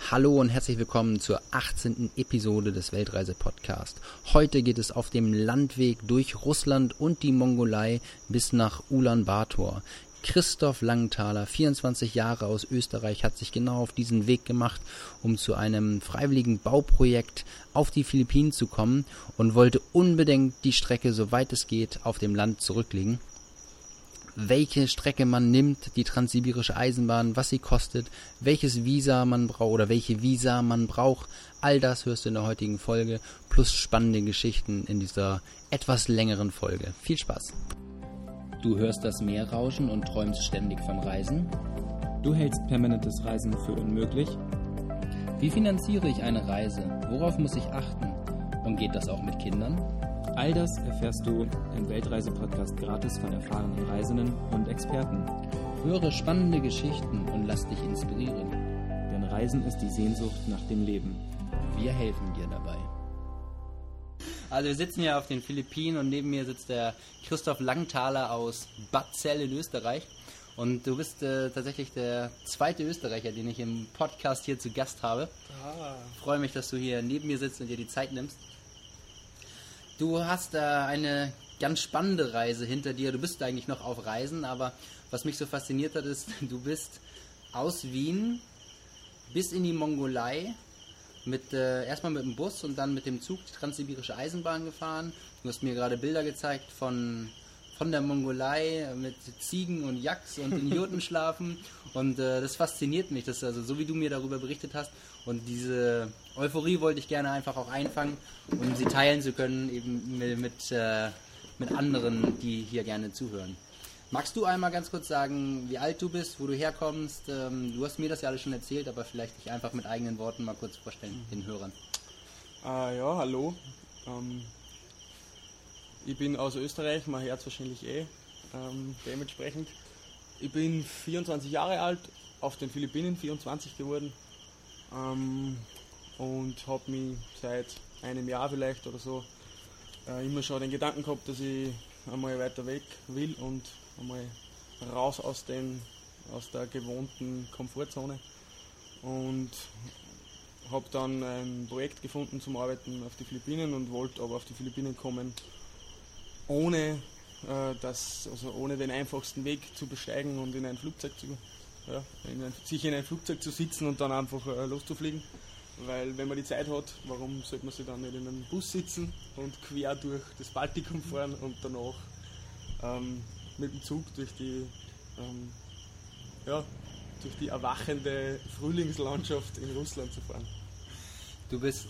Hallo und herzlich willkommen zur 18. Episode des Weltreise-Podcast. Heute geht es auf dem Landweg durch Russland und die Mongolei bis nach Ulaanbaatar. Christoph Langthaler, 24 Jahre aus Österreich, hat sich genau auf diesen Weg gemacht, um zu einem freiwilligen Bauprojekt auf die Philippinen zu kommen und wollte unbedingt die Strecke, soweit es geht, auf dem Land zurücklegen. Welche Strecke man nimmt, die transsibirische Eisenbahn, was sie kostet, welches Visa man braucht oder welche Visa man braucht, all das hörst du in der heutigen Folge, plus spannende Geschichten in dieser etwas längeren Folge. Viel Spaß! Du hörst das Meer rauschen und träumst ständig vom Reisen? Du hältst permanentes Reisen für unmöglich? Wie finanziere ich eine Reise? Worauf muss ich achten? Und geht das auch mit Kindern? All das erfährst du im Weltreise-Podcast gratis von erfahrenen Reisenden und Experten. Höre spannende Geschichten und lass dich inspirieren. Denn Reisen ist die Sehnsucht nach dem Leben. Wir helfen dir dabei. Also wir sitzen ja auf den Philippinen und neben mir sitzt der Christoph Langthaler aus Bad Zell in Österreich. Und du bist tatsächlich der zweite Österreicher, den ich im Podcast hier zu Gast habe. Ich freue mich, dass du hier neben mir sitzt und dir die Zeit nimmst. Du hast eine ganz spannende Reise hinter dir. Du bist eigentlich noch auf Reisen, aber was mich so fasziniert hat, ist, du bist aus Wien bis in die Mongolei erstmal mit dem Bus und dann mit dem Zug die transsibirische Eisenbahn gefahren. Du hast mir gerade Bilder gezeigt von der Mongolei mit Ziegen und Yaks und in Jurten schlafen. Und das fasziniert mich, das also so wie du mir darüber berichtet hast. Und diese Euphorie wollte ich gerne einfach auch einfangen, um sie teilen zu können, eben mit anderen, die hier gerne zuhören. Magst du einmal ganz kurz sagen, wie alt du bist, wo du herkommst? Du hast mir das ja alles schon erzählt, aber vielleicht dich einfach mit eigenen Worten mal kurz vorstellen, den Hörern. Ja, hallo. Ich bin aus Österreich, mein Herz wahrscheinlich dementsprechend. Ich bin 24 Jahre alt, auf den Philippinen 24 geworden und habe mich seit einem Jahr vielleicht oder so immer schon den Gedanken gehabt, dass ich einmal weiter weg will und einmal raus aus der gewohnten Komfortzone, und habe dann ein Projekt gefunden zum Arbeiten auf die Philippinen und wollte aber auf die Philippinen kommen, ohne den einfachsten Weg zu besteigen und sich in ein Flugzeug zu sitzen und dann einfach loszufliegen. Weil wenn man die Zeit hat, warum sollte man sich dann nicht in einem Bus sitzen und quer durch das Baltikum fahren und danach mit dem Zug durch die erwachende Frühlingslandschaft in Russland zu fahren. Du bist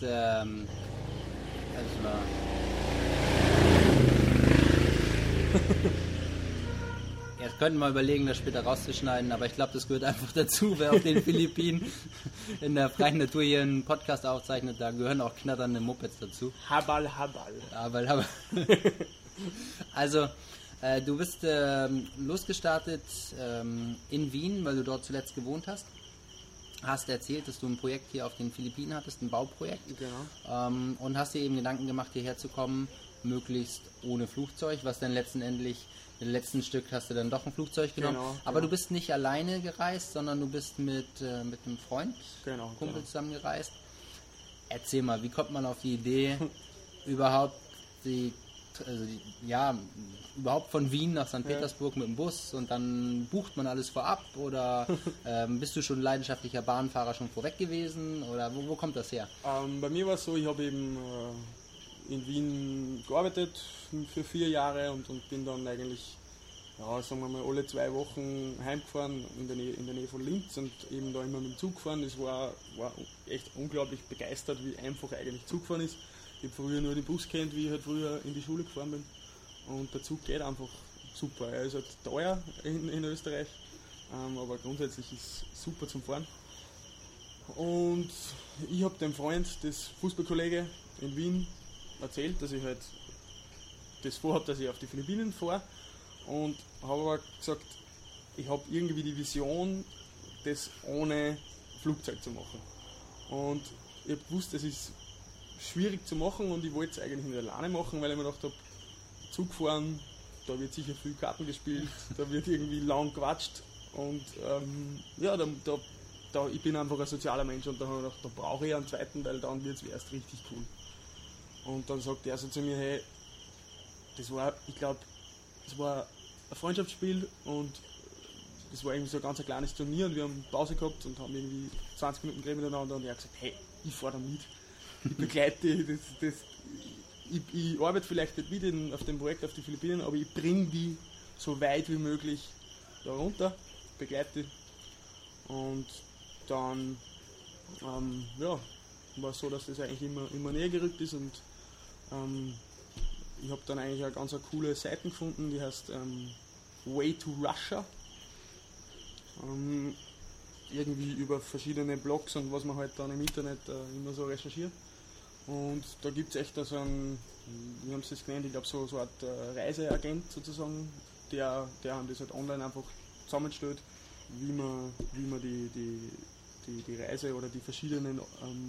Jetzt könnten wir überlegen, das später rauszuschneiden, aber ich glaube, das gehört einfach dazu, wer auf den Philippinen in der freien Natur hier einen Podcast aufzeichnet, da gehören auch knatternde Mopeds dazu. Habal. Also, du bist losgestartet in Wien, weil du dort zuletzt gewohnt hast. Hast erzählt, dass du ein Projekt hier auf den Philippinen hattest, ein Bauprojekt. Genau. Und hast dir eben Gedanken gemacht, hierher zu kommen, möglichst ohne Flugzeug, was dann letztendlich, im letzten Stück hast du dann doch ein Flugzeug genommen. Genau. Aber du bist nicht alleine gereist, sondern du bist mit einem Freund, Kumpel zusammen gereist. Erzähl mal, wie kommt man auf die Idee, überhaupt von Wien nach St. Petersburg mit dem Bus, und dann bucht man alles vorab, oder bist du schon leidenschaftlicher Bahnfahrer schon vorweg gewesen, oder wo kommt das her? Bei mir war es so, ich habe eben in Wien gearbeitet für 4 Jahre und bin dann eigentlich, sagen wir mal, alle 2 Wochen heimgefahren in der Nähe von Linz und eben da immer mit dem Zug gefahren. Das war echt unglaublich begeistert, wie einfach eigentlich Zugfahren ist. Ich habe früher nur den Bus kennt, wie ich halt früher in die Schule gefahren bin, und der Zug geht einfach super. Er ist halt teuer in Österreich, aber grundsätzlich ist es super zum Fahren. Und ich habe dem Freund, das Fußballkollege in Wien, erzählt, dass ich halt das vorhabe, dass ich auf die Philippinen fahre, und habe aber gesagt, ich habe irgendwie die Vision, das ohne Flugzeug zu machen. Und ich habe gewusst, das ist schwierig zu machen, und ich wollte es eigentlich nicht alleine machen, weil ich mir gedacht habe, Zug fahren, da wird sicher viel Karten gespielt, da wird irgendwie lang gequatscht, und da ich bin einfach ein sozialer Mensch und da habe ich gedacht, da brauche ich einen zweiten, weil dann wird es erst richtig cool. Und dann sagt er so zu mir, hey, das war ein Freundschaftsspiel und das war irgendwie so ein ganz kleines Turnier und wir haben Pause gehabt und haben irgendwie 20 Minuten geredet miteinander und er hat gesagt, hey, ich fahre da mit, ich begleite ich arbeite vielleicht nicht mit auf dem Projekt auf die Philippinen, aber ich bringe die so weit wie möglich da runter, begleite die. Und dann war es so, dass das eigentlich immer näher gerückt ist und ich habe dann eigentlich eine ganz coole Seite gefunden, die heißt Way to Russia. Irgendwie über verschiedene Blogs und was man halt dann im Internet immer so recherchiert. Und da gibt es echt so einen, wie haben sie das genannt, ich glaube so eine Art Reiseagent sozusagen, der haben das halt online einfach zusammenstellt, wie man die Reise oder die verschiedenen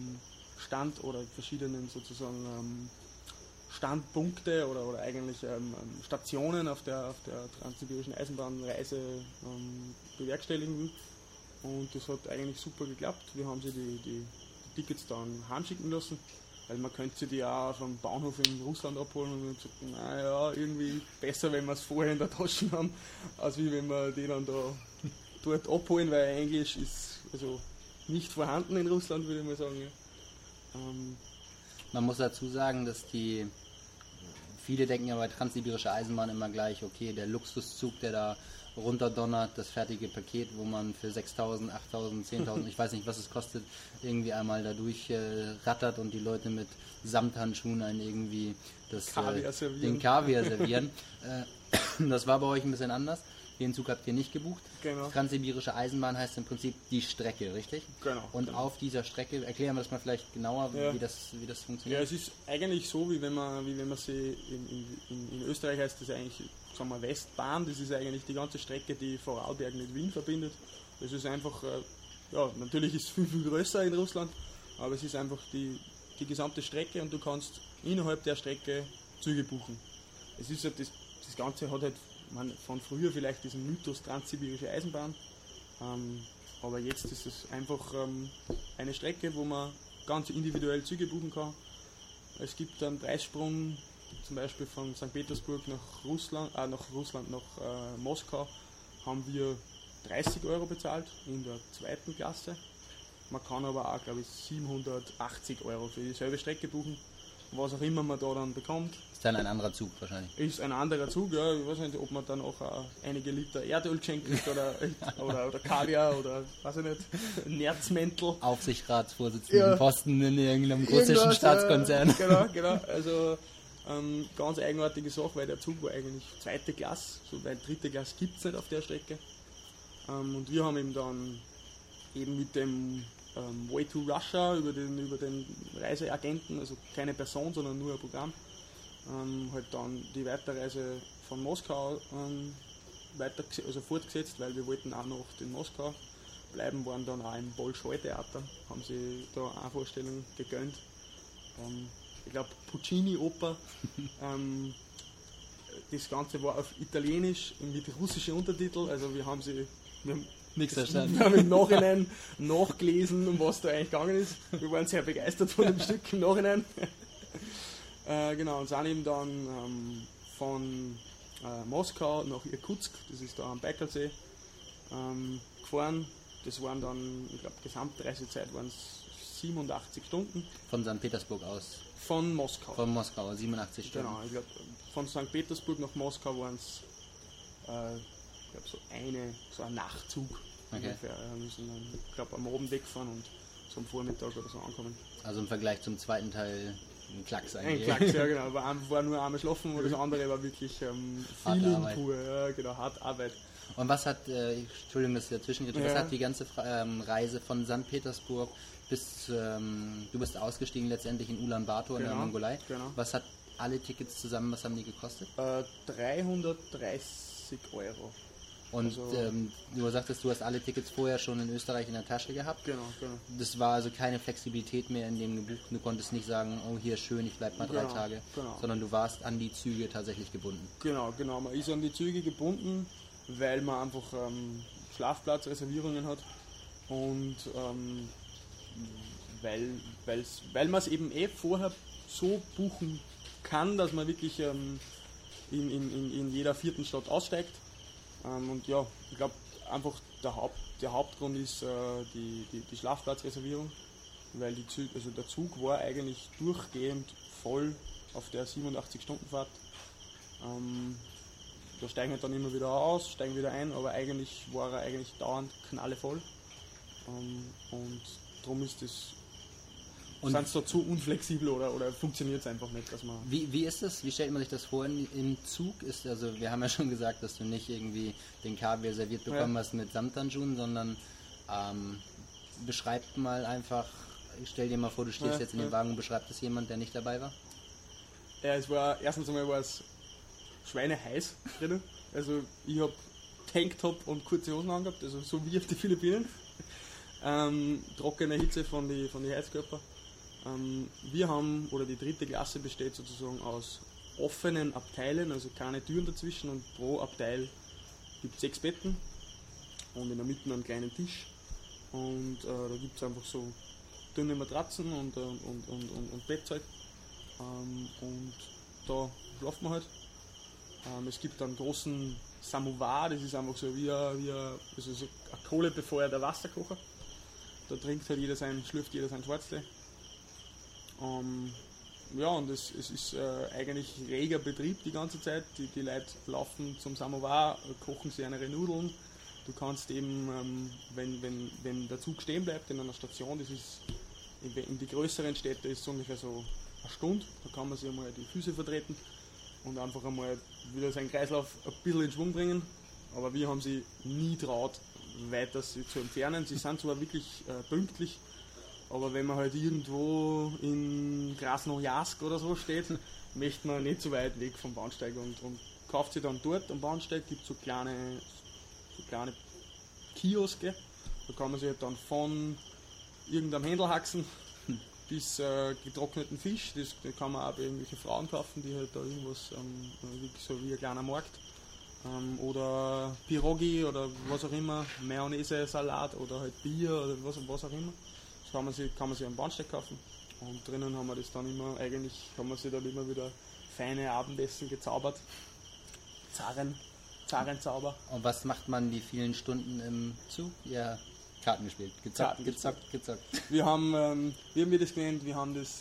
sozusagen Standpunkte oder eigentlich Stationen auf der transsibirischen Eisenbahnreise bewerkstelligen will. Und das hat eigentlich super geklappt. Wir haben sie die Tickets dann heimschicken lassen, weil man könnte sie die auch auf einem Bahnhof in Russland abholen und wir haben gesagt, naja, irgendwie besser, wenn wir es vorher in der Tasche haben, als wie wenn wir die dann da dort abholen, weil Englisch ist also nicht vorhanden in Russland, würde ich mal sagen. Ja. Man muss dazu sagen, dass viele denken ja bei transsibirischer Eisenbahn immer gleich, okay, der Luxuszug, der da runterdonnert, das fertige Paket, wo man für 6.000, 8.000, 10.000, ich weiß nicht, was es kostet, irgendwie einmal da durchrattert und die Leute mit Samthandschuhen einen irgendwie den Kaviar servieren. Das war bei euch ein bisschen anders. Den Zug habt ihr nicht gebucht. Genau. Transsibirische Eisenbahn heißt im Prinzip die Strecke, richtig? Genau. Und genau. Auf dieser Strecke, erklären wir das mal vielleicht genauer, wie das funktioniert. Ja, es ist eigentlich so, wie wenn man sie in Österreich heißt das eigentlich, sagen wir, Westbahn. Das ist eigentlich die ganze Strecke, die Vorarlberg mit Wien verbindet. Das ist einfach, natürlich ist es viel, viel größer in Russland, aber es ist einfach die gesamte Strecke und du kannst innerhalb der Strecke Züge buchen. Es ist halt das Ganze hat halt von früher vielleicht diesen Mythos transsibirische Eisenbahn, aber jetzt ist es einfach eine Strecke, wo man ganz individuell Züge buchen kann. Es gibt einen Preissprung, zum Beispiel von St. Petersburg nach Moskau haben wir 30 € bezahlt in der zweiten Klasse. Man kann aber auch, glaube ich, 780 € für dieselbe Strecke buchen, was auch immer man da dann bekommt. Ist dann ein anderer Zug wahrscheinlich. Ist ein anderer Zug, ja. Ich weiß nicht, ob man dann auch einige Liter Erdöl geschenkt kriegt oder Kaviar oder weiß ich nicht, Nerzmäntel. Aufsichtsratsvorsitzenden Posten in irgendeinem russischen Staatskonzern. Genau. Also ganz eigenartige Sache, weil der Zug war eigentlich zweite Klasse, so weil dritte Klasse gibt es nicht auf der Strecke. Und wir haben ihm dann eben mit dem Way to Russia über den Reiseagenten, also keine Person, sondern nur ein Programm, halt dann die Weiterreise von Moskau fortgesetzt, weil wir wollten auch noch in Moskau bleiben, waren dann auch im Bolschoi-Theater, haben sie da eine Vorstellung gegönnt. Ich glaube Puccini-Oper. Das Ganze war auf Italienisch mit russischen Untertiteln, also wir haben nichts verstanden. Wir haben im Nachhinein nachgelesen, was da eigentlich gegangen ist. Wir waren sehr begeistert von dem Stück im Nachhinein. Genau, und sind eben dann von Moskau nach Irkutsk, das ist da am Baikalsee, gefahren. Das waren dann, ich glaube, Gesamtreisezeit waren es 87 Stunden. Von St. Petersburg aus? Von Moskau. Von Moskau, 87 Stunden. Genau, ich glaube, von St. Petersburg nach Moskau waren es, ich glaube, so ein Nachtzug. Okay. Ungefähr. Wir müssen dann, ich glaube, am Abend wegfahren und so am Vormittag oder so ankommen. Also im Vergleich zum zweiten Teil ein Klacks eigentlich. Ein Klacks, ja genau. War nur einmal schlafen und das andere war wirklich Feeling pur. Ja, genau, hart Arbeit. Und was hat, Entschuldigung, dass ich dazwischen gehe, was hat die ganze Reise von St. Petersburg bis, du bist ausgestiegen letztendlich in Ulaanbaatar in der Mongolei. Genau. Was hat alle Tickets zusammen, was haben die gekostet? 330 €. Und also, du sagtest, du hast alle Tickets vorher schon in Österreich in der Tasche gehabt. Genau. Das war also keine Flexibilität mehr in dem gebucht. Du konntest nicht sagen, oh hier ist schön, ich bleib mal 3 Tage. Genau. Sondern du warst an die Züge tatsächlich gebunden. Genau. Man ist an die Züge gebunden, weil man einfach Schlafplatzreservierungen hat. Und weil man es eben vorher so buchen kann, dass man wirklich in jeder vierten Stadt aussteigt. Und ja, ich glaube einfach der Hauptgrund ist die Schlafplatzreservierung, weil der Zug war eigentlich durchgehend voll auf der 87-Stunden-Fahrt. Da steigen wir dann immer wieder aus, steigen wieder ein, aber eigentlich war er dauernd knallevoll. Und darum ist das. Sind es da zu unflexibel oder funktioniert es einfach nicht, dass man. Wie ist das? Wie stellt man sich das vor im Zug? Also wir haben ja schon gesagt, dass du nicht irgendwie den Kaviar serviert bekommen hast mit Samthandschuhen, sondern beschreibt mal einfach, stell dir mal vor, du stehst jetzt in dem Wagen und beschreibt es jemand, der nicht dabei war? Ja, erstens einmal war es schweineheiß drin. Also ich habe Tanktop und kurze Hosen angehabt, also so wie auf die Philippinen. Trockene Hitze von die Heizkörper. Wir haben, oder die dritte Klasse besteht sozusagen aus offenen Abteilen, also keine Türen dazwischen, und pro Abteil gibt es 6 Betten und in der Mitte einen kleinen Tisch. Und da gibt es einfach so dünne Matratzen und Bettzeug. Und da schlafen wir halt. Es gibt einen großen Samovar, das ist einfach so wie ein kohlebefeuerter Wasserkocher. Da trinkt halt schlürft jeder sein Schwarztee. Ja, und es ist eigentlich reger Betrieb die ganze Zeit. Die Leute laufen zum Samovar, kochen sich ihre Nudeln. Du kannst eben, wenn der Zug stehen bleibt in einer Station, das ist in die größeren Städte ist es ungefähr so eine Stunde, da kann man sich einmal die Füße vertreten und einfach einmal wieder seinen Kreislauf ein bisschen in Schwung bringen. Aber wir haben sie nie traut, weiter zu entfernen. Sie sind zwar wirklich pünktlich, aber wenn man halt irgendwo in Krasnojarsk oder so steht, möchte man nicht so weit weg vom Bahnsteig und kauft sie dann dort am Bahnsteig. Gibt so kleine Kioske, da kann man sich halt dann von irgendeinem Händlerhaxen bis getrockneten Fisch, das kann man auch bei irgendwelchen Frauen kaufen, die halt da irgendwas, wirklich so wie ein kleiner Markt, oder Pierogi oder was auch immer, Mayonnaise, Salat oder halt Bier oder was auch immer. Das kann man sich am Bahnsteig kaufen. Und drinnen haben wir das dann immer, eigentlich haben wir sich dann immer wieder feine Abendessen gezaubert. Zarenzauber. Und was macht man die vielen Stunden im Zug? Ja, Karten gespielt. Gezockt. Wir haben das genannt, wir haben das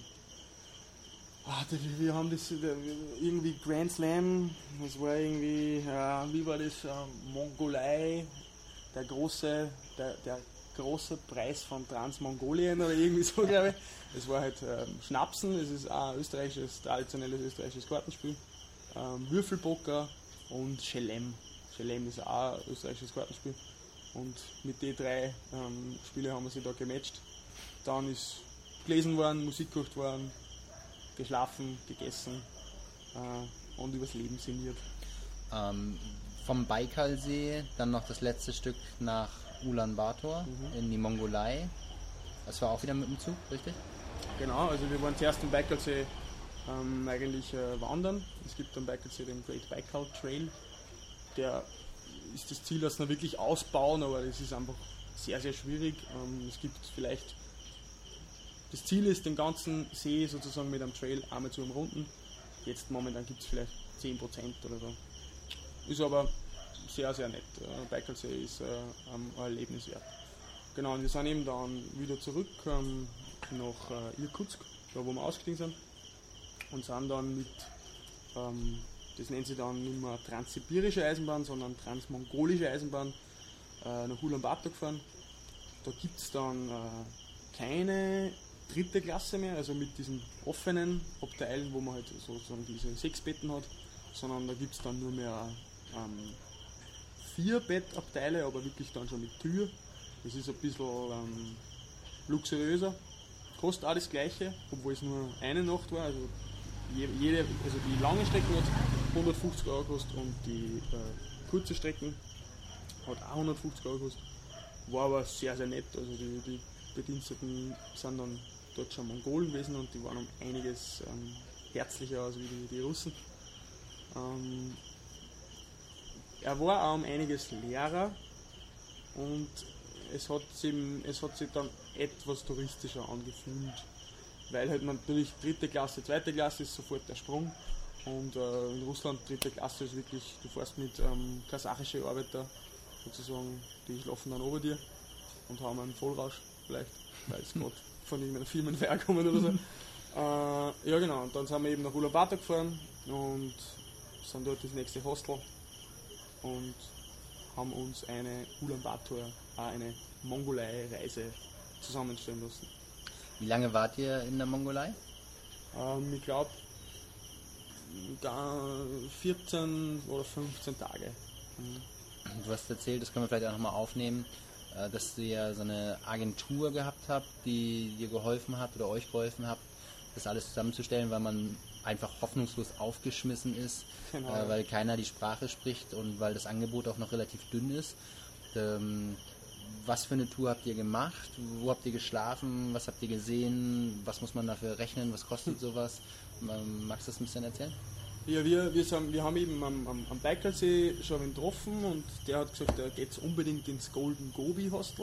irgendwie Grand Slam, das war irgendwie, wie war das, Mongolei, der große Preis von Transmongolien oder irgendwie so, glaube ich. Das war halt Schnapsen, das ist auch ein traditionelles österreichisches Kartenspiel. Würfelpoker und Schelem. Schelem ist auch ein österreichisches Kartenspiel. Und mit den 3 Spielen haben wir sich da gematcht. Dann ist gelesen worden, Musik gekocht worden, geschlafen, gegessen und übers Leben sinniert. Vom Baikalsee dann noch das letzte Stück nach Ulaanbaatar in die Mongolei. Das war auch wieder mit dem Zug, richtig? Genau, also wir waren zuerst im Baikalsee eigentlich wandern. Es gibt am Baikalsee den Great Baikal Trail. Der ist das Ziel, dass wir wirklich ausbauen, aber das ist einfach sehr, sehr schwierig. Es gibt vielleicht, das Ziel ist, den ganzen See sozusagen mit einem Trail einmal zu umrunden. Jetzt momentan gibt es vielleicht 10% oder so. Ist aber sehr, sehr nett. Baikalsee ist ein Erlebnis wert. Genau, und wir sind eben dann wieder zurück nach Irkutsk, da wo wir ausgestiegen sind, und sind dann mit, das nennt sich dann nicht mehr transsibirische Eisenbahn, sondern transmongolische Eisenbahn nach Ulaanbaatar gefahren. Da gibt es dann keine dritte Klasse mehr, also mit diesen offenen Abteilen, wo man halt sozusagen diese 6 Betten hat, sondern da gibt es dann nur mehr 4 Bettabteile, aber wirklich dann schon mit Tür. Das ist ein bisschen luxuriöser. Kostet auch das gleiche, obwohl es nur eine Nacht war. Also die lange Strecken hat 150 € gekostet und die kurze Strecken hat auch 150 € gekostet. War aber sehr, sehr nett. Also die Bediensteten sind dann dort schon Mongolen gewesen und die waren um einiges herzlicher als wie die Russen. Er war auch um einiges leerer und es hat sich dann etwas touristischer angefühlt. Weil halt man natürlich 3. Klasse, 2. Klasse ist sofort der Sprung. Und in Russland 3. Klasse ist wirklich, du fährst mit kasachische Arbeiter sozusagen, die schlafen dann ober dir und haben einen Vollrausch vielleicht, weil es gerade von irgendeiner Firmenfeier kommen oder so. Ja genau, und dann sind wir eben nach Ulaanbaatar gefahren und sind dort das nächste Hostel und haben uns eine Ulaanbaatar, eine Mongolei-Reise zusammenstellen lassen. Wie lange wart ihr in der Mongolei? Ich glaube 14 oder 15 Tage. Du hast erzählt, das können wir vielleicht auch nochmal aufnehmen, dass ihr ja so eine Agentur gehabt habt, die dir geholfen hat oder euch geholfen hat, das alles zusammenzustellen, weil man einfach hoffnungslos aufgeschmissen ist, Genau. weil keiner die Sprache spricht und weil das Angebot auch noch relativ dünn ist. Was für eine Tour habt ihr gemacht? Wo habt ihr geschlafen? Was habt ihr gesehen? Was muss man dafür rechnen? Was kostet sowas? Magst du das ein bisschen erzählen? Ja, wir haben eben am Baikalsee schon einen getroffen und der hat gesagt, er geht unbedingt ins Golden Gobi Hostel.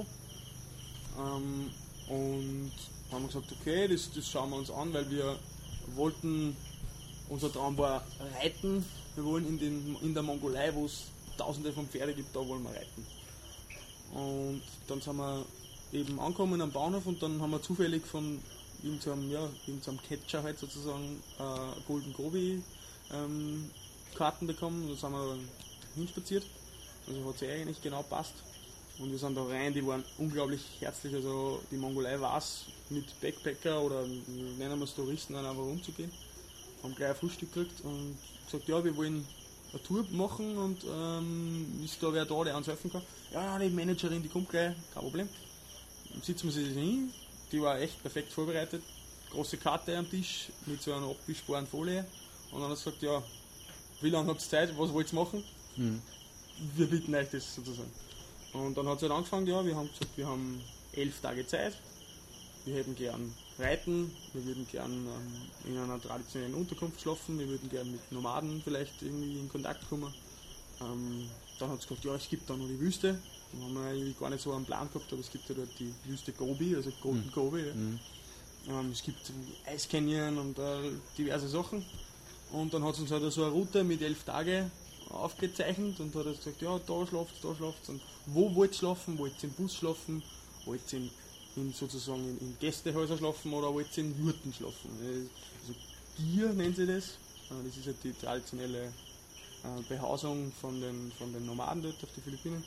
Und haben wir gesagt, okay, das schauen wir uns an, weil wir wollten, unser Traum war reiten. Wir wollen in der Mongolei, wo es tausende von Pferde gibt, da wollen wir reiten. Und dann sind wir eben angekommen am Bahnhof und dann haben wir zufällig von irgendeinem Catcher halt sozusagen Golden Gobi Karten bekommen. Da sind wir hinspaziert. Also hat es eigentlich genau passt. Und wir sind da rein, die waren unglaublich herzlich. Also die Mongolei war es mit Backpacker oder nennen wir es Touristen, dann einfach umzugehen. Haben gleich ein Frühstück gekriegt und gesagt, ja, wir wollen eine Tour machen und ist da wer da, der uns helfen kann? Ja, die Managerin, die kommt gleich, kein Problem. Dann sitzen wir sich hin, die war echt perfekt vorbereitet. Große Karte am Tisch mit so einer abwischbaren Folie. Und dann hat sie gesagt, ja, wie lange habt ihr Zeit, was wollt ihr machen? Wir bitten euch das sozusagen. Und dann hat sie halt angefangen, ja, wir haben gesagt, wir haben 11 Tage Zeit, wir hätten gern reiten, wir würden gern in einer traditionellen Unterkunft schlafen, wir würden gern mit Nomaden vielleicht irgendwie in Kontakt kommen. Dann hat sie gesagt, ja, es gibt da noch die Wüste, dann haben wir eigentlich gar nicht so einen Plan gehabt, aber es gibt ja dort die Wüste Gobi, also Golden Gobi. Ja. Es gibt Eiscanyon und diverse Sachen. Und dann hat sie uns halt so eine Route mit 11 Tagen aufgezeichnet und hat gesagt, ja, da schlaft und wo wollt ihr schlafen? Wollt ihr im Bus schlafen? Wollt ihr sozusagen in Gästehäuser schlafen oder wollt ihr in Jurten schlafen? Also Gier nennt sie das. Das ist halt die traditionelle Behausung von den Nomaden dort auf die Philippinen.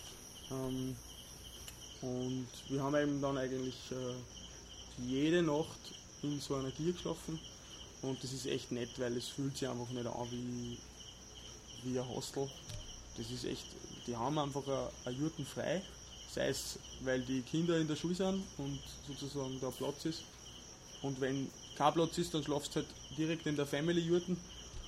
Und wir haben eben dann eigentlich jede Nacht in so einer Gier geschlafen und das ist echt nett, weil es fühlt sich einfach nicht an wie ein Hostel. Das ist echt, die haben einfach eine Jurten frei, sei es, weil die Kinder in der Schule sind und sozusagen da Platz ist. Und wenn kein Platz ist, dann schlafst du halt direkt in der Family-Jurten.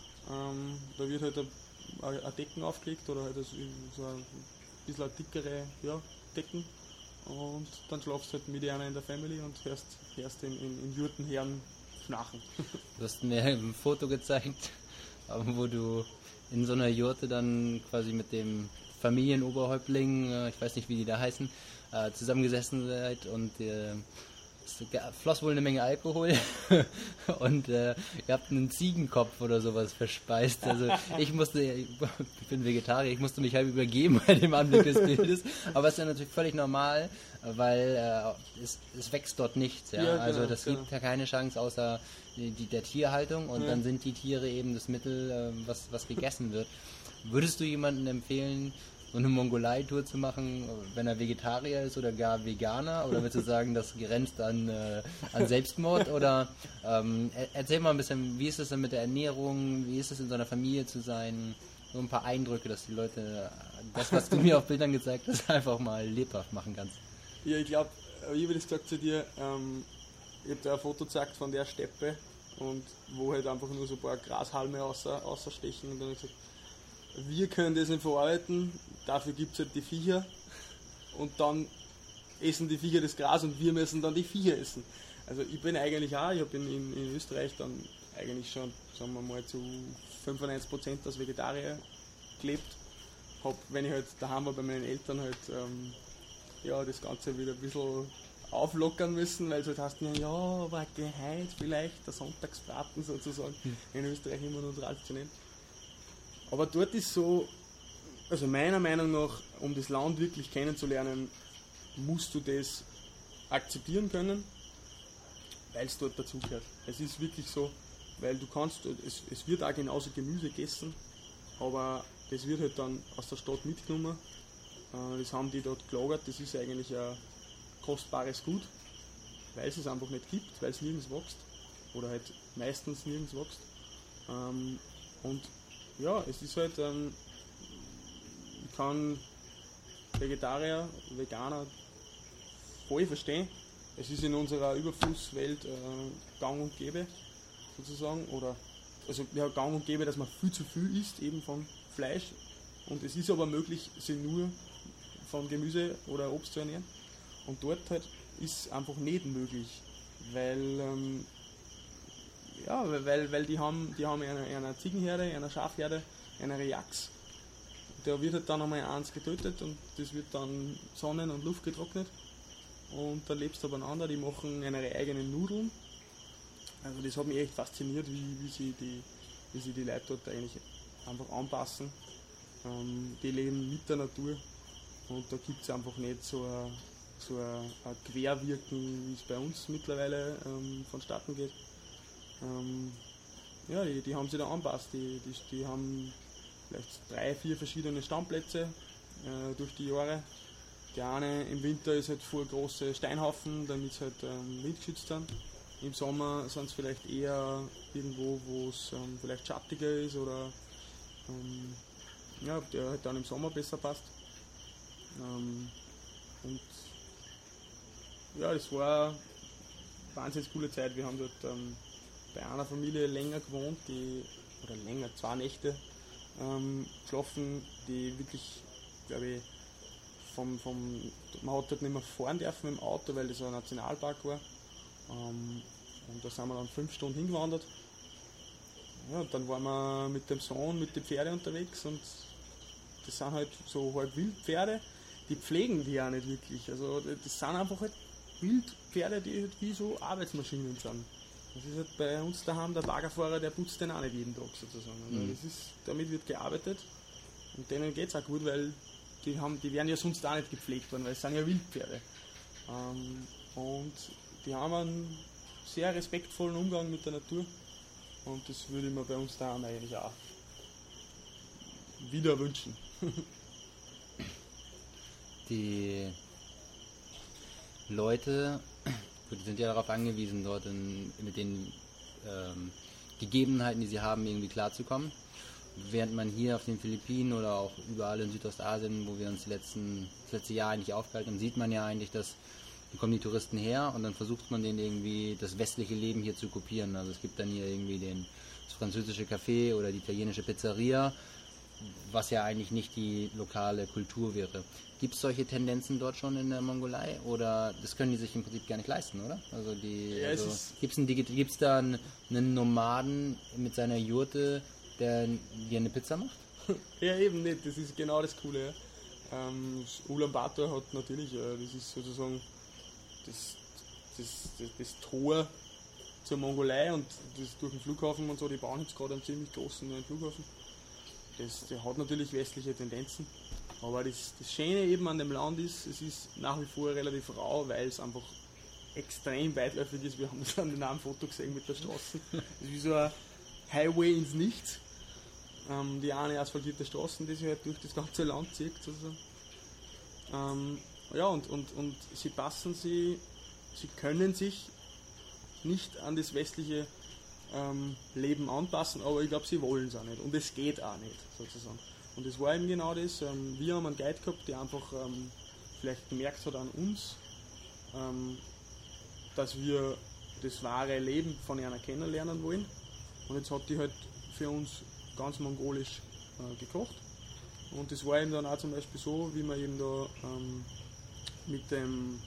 Da wird halt ein Decken aufgelegt oder halt so ein bisschen dickere Decken. Und dann schlafst du halt mit einer in der Family und hörst in Jurtenherren schnarchen. Du hast mir ein Foto gezeigt, wo du in so einer Jurte dann quasi mit dem Familienoberhäuptling, ich weiß nicht, wie die da heißen, zusammengesessen seid und es floss wohl eine Menge Alkohol und ihr habt einen Ziegenkopf oder sowas verspeist. Also ich bin Vegetarier, ich musste mich halb übergeben bei dem Anblick des Bildes, aber es ist ja natürlich völlig normal, weil es wächst dort nichts. Ja? Genau, also das gibt ja keine Chance außer der Tierhaltung und dann sind die Tiere eben das Mittel, was gegessen wird. Würdest du jemandem empfehlen, so eine Mongolei-Tour zu machen, wenn er Vegetarier ist oder gar Veganer? Oder würdest du sagen, das grenzt an Selbstmord? Oder erzähl mal ein bisschen, wie ist es denn mit der Ernährung? Wie ist es in so einer Familie zu sein? So ein paar Eindrücke, dass die Leute das, was du mir auf Bildern gezeigt hast, einfach mal lebhaft machen kannst. Ja, ich glaube, ich habe das gesagt zu dir, ich habe da ein Foto gezeigt von der Steppe und wo halt einfach nur so ein paar Grashalme ausstechen und dann habe ich gesagt, wir können das nicht verarbeiten, dafür gibt es halt die Viecher und dann essen die Viecher das Gras und wir müssen dann die Viecher essen. Also ich bin eigentlich auch, ich habe in Österreich dann eigentlich schon, sagen wir mal, zu 95% als Vegetarier gelebt. Wenn ich halt daheim war bei meinen Eltern halt ja, das Ganze wieder ein bisschen auflockern müssen, weil es halt heißt, ja, aber heute vielleicht der Sonntagsbraten sozusagen, in Österreich immer noch traditionell. Aber dort ist so, also meiner Meinung nach, um das Land wirklich kennenzulernen, musst du das akzeptieren können, weil es dort dazugehört. Es ist wirklich so, weil du kannst, es wird auch genauso Gemüse gegessen, aber das wird halt dann aus der Stadt mitgenommen. Das haben die dort gelagert, das ist eigentlich ein kostbares Gut, weil es einfach nicht gibt, weil es nirgends wächst oder halt meistens nirgends wächst. Und ja, es ist halt, ich kann Vegetarier, Veganer voll verstehen. Es ist in unserer Überflusswelt gang und gäbe, sozusagen, oder also ja, gang und gäbe, dass man viel zu viel isst, eben von Fleisch. Und es ist aber möglich, sich nur von Gemüse oder Obst zu ernähren. Und dort halt ist einfach nicht möglich, weil weil die haben eine Ziegenherde, eine Schafherde, eine Yaks. Da wird halt dann einmal eins getötet und das wird dann Sonnen- und Luft getrocknet. Und dann lebst du beieinander, die machen ihre eigenen Nudeln. Also das hat mich echt fasziniert, wie sie die Leute dort eigentlich einfach anpassen. Die leben mit der Natur und da gibt es einfach nicht so ein Querwirken, wie es bei uns mittlerweile vonstatten geht. Ja, die haben sich da anpasst. Die haben vielleicht 3-4 verschiedene Stammplätze durch die Jahre. Der eine im Winter ist halt voll große Steinhaufen, damit sie halt windgeschützt sind. Im Sommer sind es vielleicht eher irgendwo, wo es vielleicht schattiger ist oder ja, der halt dann im Sommer besser passt. Und ja, das war eine wahnsinnig coole Zeit. Wir haben dort bei einer Familie länger gewohnt, oder länger, 2 Nächte geschlafen, die wirklich, glaube ich, man hat dort nicht mehr fahren dürfen mit dem Auto, weil das ein Nationalpark war. Und da sind wir dann 5 Stunden hingewandert. Ja, und dann waren wir mit dem Sohn, mit den Pferden unterwegs und das sind halt so halb Wildpferde, die pflegen die auch nicht wirklich. Also das sind einfach halt Wildpferde, die halt wie so Arbeitsmaschinen sind. Das ist halt bei uns daheim der Baggerfahrer, der putzt den auch nicht jeden Tag sozusagen. Also damit wird gearbeitet und denen geht es auch gut, weil die werden ja sonst auch nicht gepflegt worden, weil es sind ja Wildpferde. Und die haben einen sehr respektvollen Umgang mit der Natur und das würde ich mir bei uns daheim eigentlich auch wieder wünschen. Die Leute sind ja darauf angewiesen, dort mit den Gegebenheiten, die sie haben, irgendwie klarzukommen. Während man hier auf den Philippinen oder auch überall in Südostasien, wo wir uns das letzte Jahr eigentlich aufgehalten haben, sieht man ja eigentlich, dass da kommen die Touristen her und dann versucht man denen irgendwie das westliche Leben hier zu kopieren. Also es gibt dann hier irgendwie das französische Café oder die italienische Pizzeria, was ja eigentlich nicht die lokale Kultur wäre. Gibt es solche Tendenzen dort schon in der Mongolei oder das können die sich im Prinzip gar nicht leisten, oder? Also gibt es da einen Nomaden mit seiner Jurte, der dir eine Pizza macht? Ja, eben nicht. Das ist genau das Coole. Ja. Ulaanbaatar hat natürlich, das ist sozusagen das Tor zur Mongolei und das durch den Flughafen und so. Die bauen jetzt gerade einen ziemlich großen neuen Flughafen. Der hat natürlich westliche Tendenzen. Aber das Schöne eben an dem Land ist, es ist nach wie vor relativ rau, weil es einfach extrem weitläufig ist. Wir haben das an einem Foto gesehen mit der Straße. Das ist wie so ein Highway ins Nichts. Die eine asphaltierte Straßen, die sich halt durch das ganze Land zieht. Ja, und sie können sich nicht an das westliche Leben anpassen, aber ich glaube, sie wollen es auch nicht. Und es geht auch nicht, sozusagen. Und das war eben genau das. Wir haben einen Guide gehabt, der einfach vielleicht gemerkt hat an uns, dass wir das wahre Leben von einer kennenlernen wollen. Und jetzt hat die halt für uns ganz mongolisch gekocht. Und das war eben dann auch zum Beispiel so, wie man eben da mit dem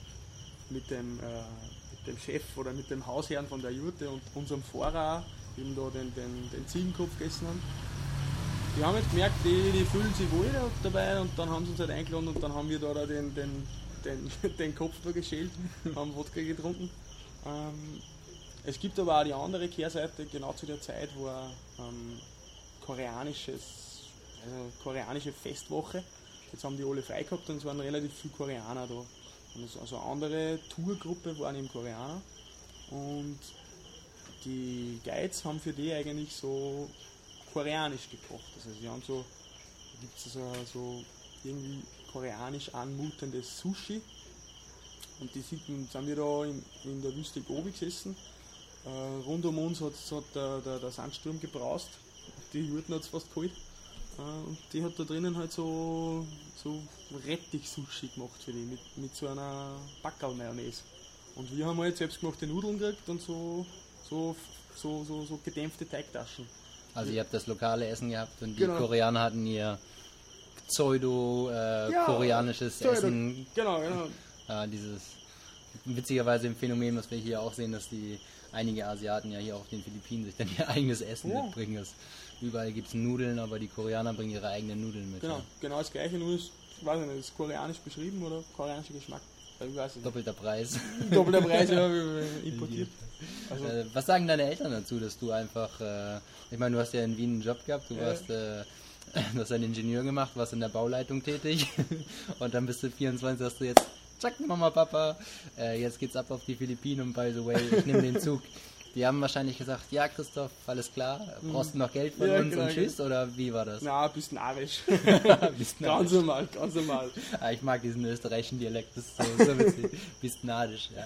Chef oder mit dem Hausherrn von der Jurte und unserem Fahrer eben da den Ziegenkopf gegessen haben. Die haben jetzt gemerkt, die fühlen sich wohl dabei und dann haben sie uns halt eingeladen und dann haben wir da den den Kopf da geschält, haben Wodka getrunken. Es gibt aber auch die andere Kehrseite, genau zu der Zeit war koreanische Festwoche. Jetzt haben die alle frei gehabt und es waren relativ viele Koreaner da. Und also eine andere Tourgruppe waren eben Koreaner. Und die Guides haben für die eigentlich so koreanisch gekocht. Also sie haben so, da gibt es so irgendwie koreanisch anmutendes Sushi. Und die sind wir da in der Wüste Gobi gesessen. Rund um uns hat der Sandsturm gebraust. Die Hürden hat es fast geholt. Und die hat da drinnen halt so Rettich-Sushi gemacht für die, mit so einer Backerl-Mayonnaise. Und wir haben halt selbstgemachte Nudeln gekriegt und so gedämpfte Teigtaschen. Also ihr habt das lokale Essen gehabt und die Koreaner hatten ihr pseudo-koreanisches Essen. Genau. Dieses witzigerweise im Phänomen, was wir hier auch sehen, dass einige Asiaten ja hier auf den Philippinen sich dann ihr eigenes Essen mitbringen. Überall gibt es Nudeln, aber die Koreaner bringen ihre eigenen Nudeln mit. Genau das gleiche, nur ist koreanisch beschrieben oder koreanischer Geschmack. Ich weiß nicht. Doppelter Preis. Doppelter Preis, ja, importiert. Also, was sagen deine Eltern dazu, dass du einfach, ich meine, du hast ja in Wien einen Job gehabt, du hast einen Ingenieur gemacht, warst in der Bauleitung tätig und dann bist du 24, hast du jetzt, zack, Mama, Papa, jetzt geht's ab auf die Philippinen und by the way, ich nehme den Zug. Die haben wahrscheinlich gesagt, ja Christoph, alles klar, brauchst du noch Geld von uns und tschüss, oder wie war das? Na, ein bisschen arisch. Ganz normal. Ich mag diesen österreichischen Dialekt, das ist so witzig. Bisschen arisch, ja.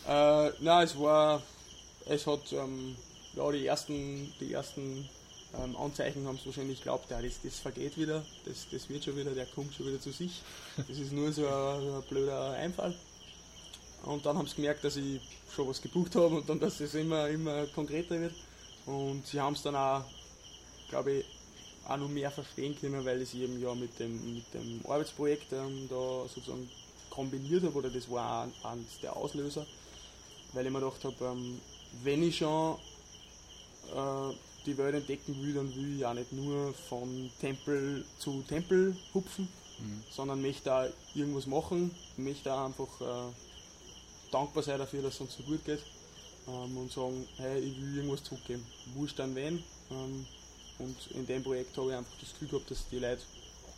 Es hat, die ersten Anzeichen haben es wahrscheinlich geglaubt, das vergeht wieder, das wird schon wieder, der kommt schon wieder zu sich. Das ist nur so ein blöder Einfall. Und dann haben sie gemerkt, dass ich schon was gebucht habe und dann, dass es immer konkreter wird. Und sie haben es dann auch, glaube ich, auch noch mehr verstehen können, weil ich eben ja mit dem Arbeitsprojekt da sozusagen kombiniert habe, oder das war auch eines der Auslöser, weil ich mir gedacht habe, wenn ich schon die Welt entdecken will, dann will ich auch nicht nur von Tempel zu Tempel hupfen, sondern möchte auch irgendwas machen, möchte auch einfach dankbar sein dafür, dass es uns so gut geht, und sagen, hey, ich will irgendwas zurückgeben, wurscht an wen. Und in dem Projekt habe ich einfach das Gefühl gehabt, dass die Leute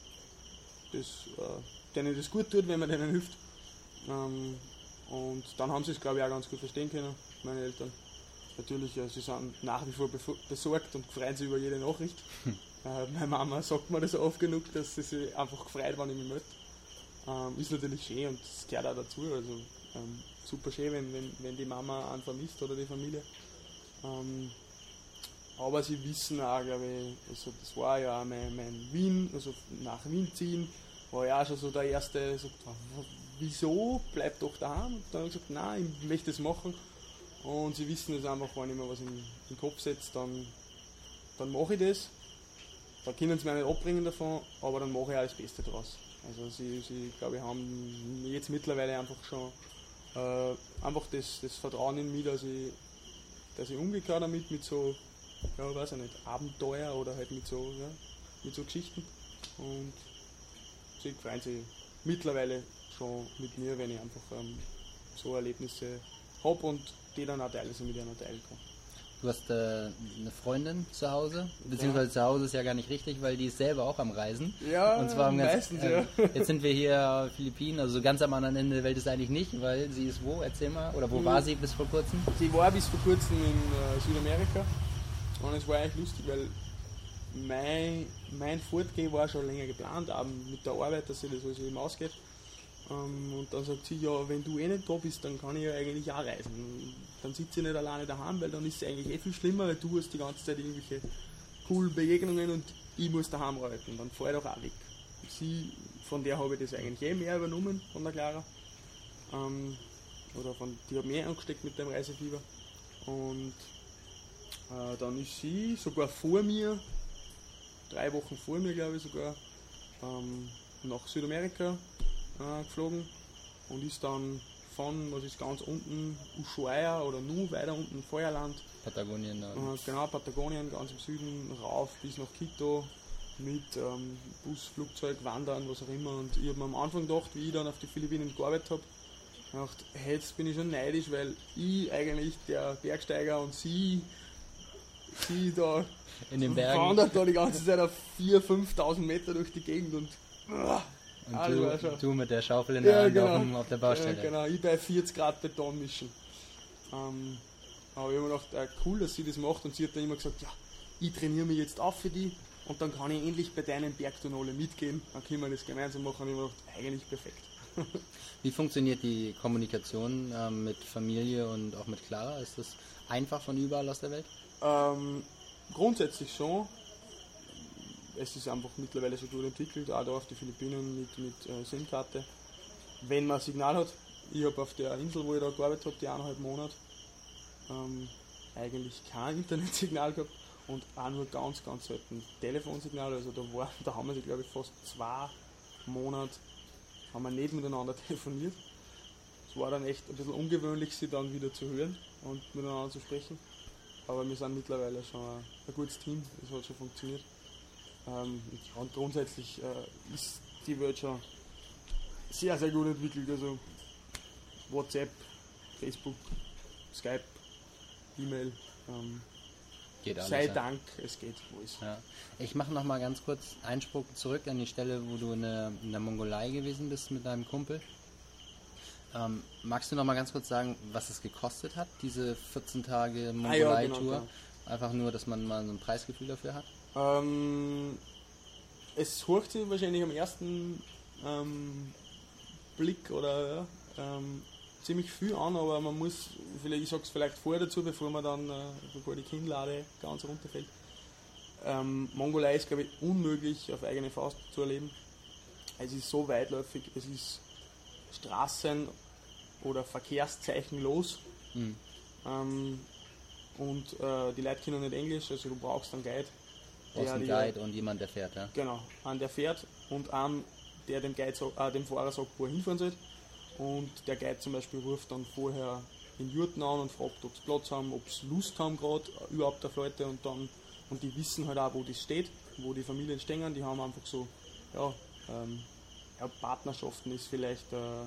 denen das gut tut, wenn man denen hilft. Und dann haben sie es, glaube ich, auch ganz gut verstehen können, meine Eltern. Natürlich, sie sind nach wie vor besorgt und freuen sich über jede Nachricht. Meine Mama sagt mir das oft genug, dass sie sich einfach gefreut, wenn ich mich melde. Ist natürlich schön und das gehört auch dazu. Also, super schön, wenn die Mama einen vermisst oder die Familie. Aber sie wissen auch, glaube ich, also das war ja auch mein Wien, also nach Wien ziehen, war ja auch schon so der erste, so, wieso, bleib doch daheim? Und dann habe ich gesagt, nein, ich möchte das machen. Und sie wissen es einfach, wenn ich mir was in den Kopf setze, dann mache ich das. Da können sie mich nicht abbringen davon, aber dann mache ich auch das Beste draus. Also sie glaube ich, haben jetzt mittlerweile einfach schon einfach das Vertrauen in mich, dass ich umgehen kann damit, mit so, ja, weiß ich nicht, Abenteuer oder halt mit so Geschichten. Und sie freuen sich mittlerweile schon mit mir, wenn ich einfach so Erlebnisse habe und die dann auch teilweise mit einer teilen kann. Du hast eine Freundin zu Hause, beziehungsweise zu Hause ist ja gar nicht richtig, weil die ist selber auch am Reisen. Ja, und zwar meistens, ja. Jetzt sind wir hier Philippinen, also so ganz am anderen Ende der Welt ist eigentlich nicht, weil sie ist wo? Erzähl mal. Oder wo war sie bis vor kurzem? Sie war bis vor kurzem in Südamerika und es war eigentlich lustig, weil mein Fortgehen war schon länger geplant, auch mit der Arbeit, dass sie das also eben ausgeht. Und dann sagt sie, ja, wenn du nicht da bist, dann kann ich ja eigentlich auch reisen. Dann sitze ich nicht alleine daheim, weil dann ist es eigentlich viel schlimmer, weil du hast die ganze Zeit irgendwelche coolen Begegnungen und ich muss daheim reiten. Dann fahr ich doch auch weg. Von der habe ich das eigentlich mehr übernommen, von der Clara. Die hat mehr angesteckt mit dem Reisefieber. Und dann ist sie sogar vor mir, 3 Wochen vor mir, glaube ich sogar, nach Südamerika geflogen und ist dann von, was ist ganz unten, Ushuaia oder nur weiter unten, Feuerland. Patagonien. Genau, Patagonien, ganz im Süden, rauf bis nach Quito, mit Bus, Flugzeug, Wandern, was auch immer. Und ich habe mir am Anfang gedacht, wie ich dann auf die Philippinen gearbeitet habe, gedacht, jetzt bin ich schon neidisch, weil ich eigentlich der Bergsteiger und sie da In den Bergen. wandert da die ganze Zeit auf 4.000, 5.000 Meter durch die Gegend und du mit der Schaufel in der Hand genau. auf der Baustelle. Ja, genau, ich bei 40 Grad Beton mischen. Aber ich habe mir gedacht, cool, dass sie das macht, und sie hat dann immer gesagt, ja, ich trainiere mich jetzt auf für die und dann kann ich endlich bei deinen Bergtouren alle mitgehen, dann können wir das gemeinsam machen. Und ich habe mir gedacht, eigentlich perfekt. Wie funktioniert die Kommunikation mit Familie und auch mit Clara? Ist das einfach von überall aus der Welt? Grundsätzlich schon. Es ist einfach mittlerweile so gut entwickelt, auch da auf die Philippinen mit SIM-Karte. Wenn man ein Signal hat, ich habe auf der Insel, wo ich da gearbeitet habe, die 1,5 Monate, eigentlich kein Internetsignal gehabt und auch nur ganz, ganz selten Telefonsignal. Also da haben wir sie, glaube ich, fast 2 Monate haben wir nicht miteinander telefoniert. Es war dann echt ein bisschen ungewöhnlich, sie dann wieder zu hören und miteinander zu sprechen. Aber wir sind mittlerweile schon ein gutes Team, das hat schon funktioniert. Und grundsätzlich ist die Welt schon sehr, sehr gut entwickelt. Also WhatsApp, Facebook, Skype, E-Mail. Geht alles, sei ja. Dank, es geht alles. Ja. Ich mache noch mal ganz kurz Einspruch zurück an die Stelle, wo du in der Mongolei gewesen bist mit deinem Kumpel. Magst du noch mal ganz kurz sagen, was es gekostet hat, diese 14 Tage Mongolei-Tour? Genau. Einfach nur, dass man mal so ein Preisgefühl dafür hat? Es hört sich wahrscheinlich am ersten Blick oder ziemlich viel an, aber man muss, ich sag's vielleicht vorher dazu, bevor die Kinnlade ganz runterfällt. Mongolei ist, glaube ich, unmöglich auf eigene Faust zu erleben. Es ist so weitläufig, es ist Straßen- oder Verkehrszeichen los. Und die Leute können nicht Englisch, also du brauchst einen Guide. Einen Guide und jemand, der fährt, ja? Genau, einen, der fährt und einen, der dem Fahrer sagt, wo er hinfahren soll. Und der Guide zum Beispiel ruft dann vorher in Jurten an und fragt, ob sie Platz haben, ob sie Lust haben gerade überhaupt auf Leute, und die wissen halt auch, wo das steht, wo die Familien stehen. Die haben einfach so, Partnerschaften ist vielleicht